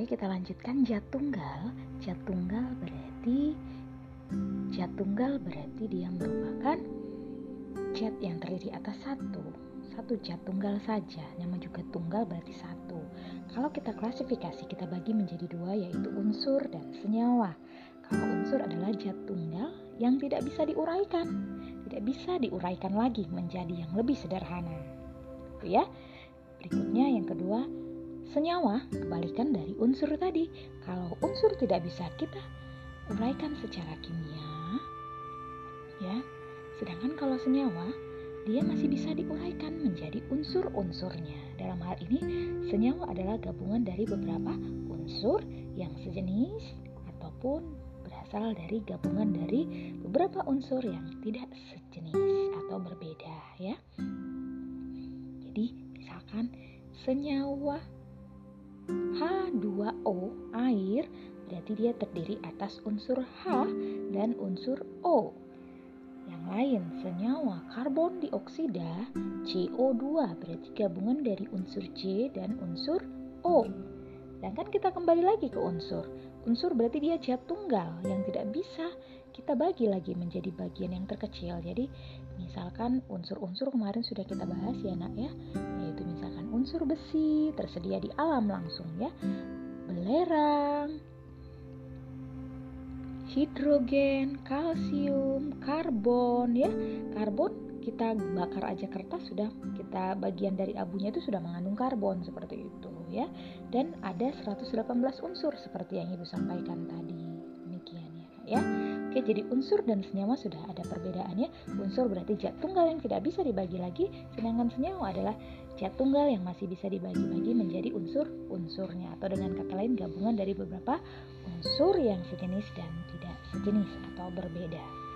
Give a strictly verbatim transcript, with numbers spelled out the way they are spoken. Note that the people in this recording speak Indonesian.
kita lanjutkan zat tunggal. Zat tunggal berarti zat tunggal berarti dia merupakan zat yang terdiri atas satu. Satu zat tunggal saja. Nama juga tunggal berarti satu. Kalau kita klasifikasi, kita bagi menjadi dua, yaitu unsur dan senyawa. Kalau unsur adalah zat tunggal yang tidak bisa diuraikan. Tidak bisa diuraikan lagi menjadi yang lebih sederhana. Itu ya. Berikutnya yang kedua, senyawa, kebalikan dari unsur tadi. Kalau unsur tidak bisa kita uraikan secara kimia, ya. Sedangkan kalau senyawa, dia masih bisa diuraikan menjadi unsur-unsurnya. Dalam hal ini, senyawa adalah gabungan dari beberapa unsur yang sejenis ataupun berasal dari gabungan dari beberapa unsur yang tidak sejenis atau berbeda, ya. Jadi, misalkan senyawa H dua O, air, berarti dia terdiri atas unsur H dan unsur O. Yang lain, senyawa karbon dioksida, C O dua, berarti gabungan dari unsur C dan unsur O. Dan kan kita kembali lagi ke unsur. Unsur berarti dia zat tunggal yang tidak bisa kita bagi lagi menjadi bagian yang terkecil. Jadi misalkan unsur-unsur kemarin sudah kita bahas ya nak ya, yaitu misalkan unsur besi tersedia di alam langsung ya, belerang, hidrogen, kalsium, karbon ya. Karbon kita bakar aja kertas sudah, kita bagian dari abunya itu sudah mengandung karbon seperti itu ya. Dan ada seratus delapan belas unsur seperti yang Ibu sampaikan tadi. Demikian ya, ya. Oke, jadi unsur dan senyawa sudah ada perbedaannya. Unsur berarti zat tunggal yang tidak bisa dibagi lagi, sedangkan senyawa adalah zat tunggal yang masih bisa dibagi-bagi menjadi unsur-unsurnya, atau dengan kata lain gabungan dari beberapa unsur yang sejenis dan tidak sejenis atau berbeda.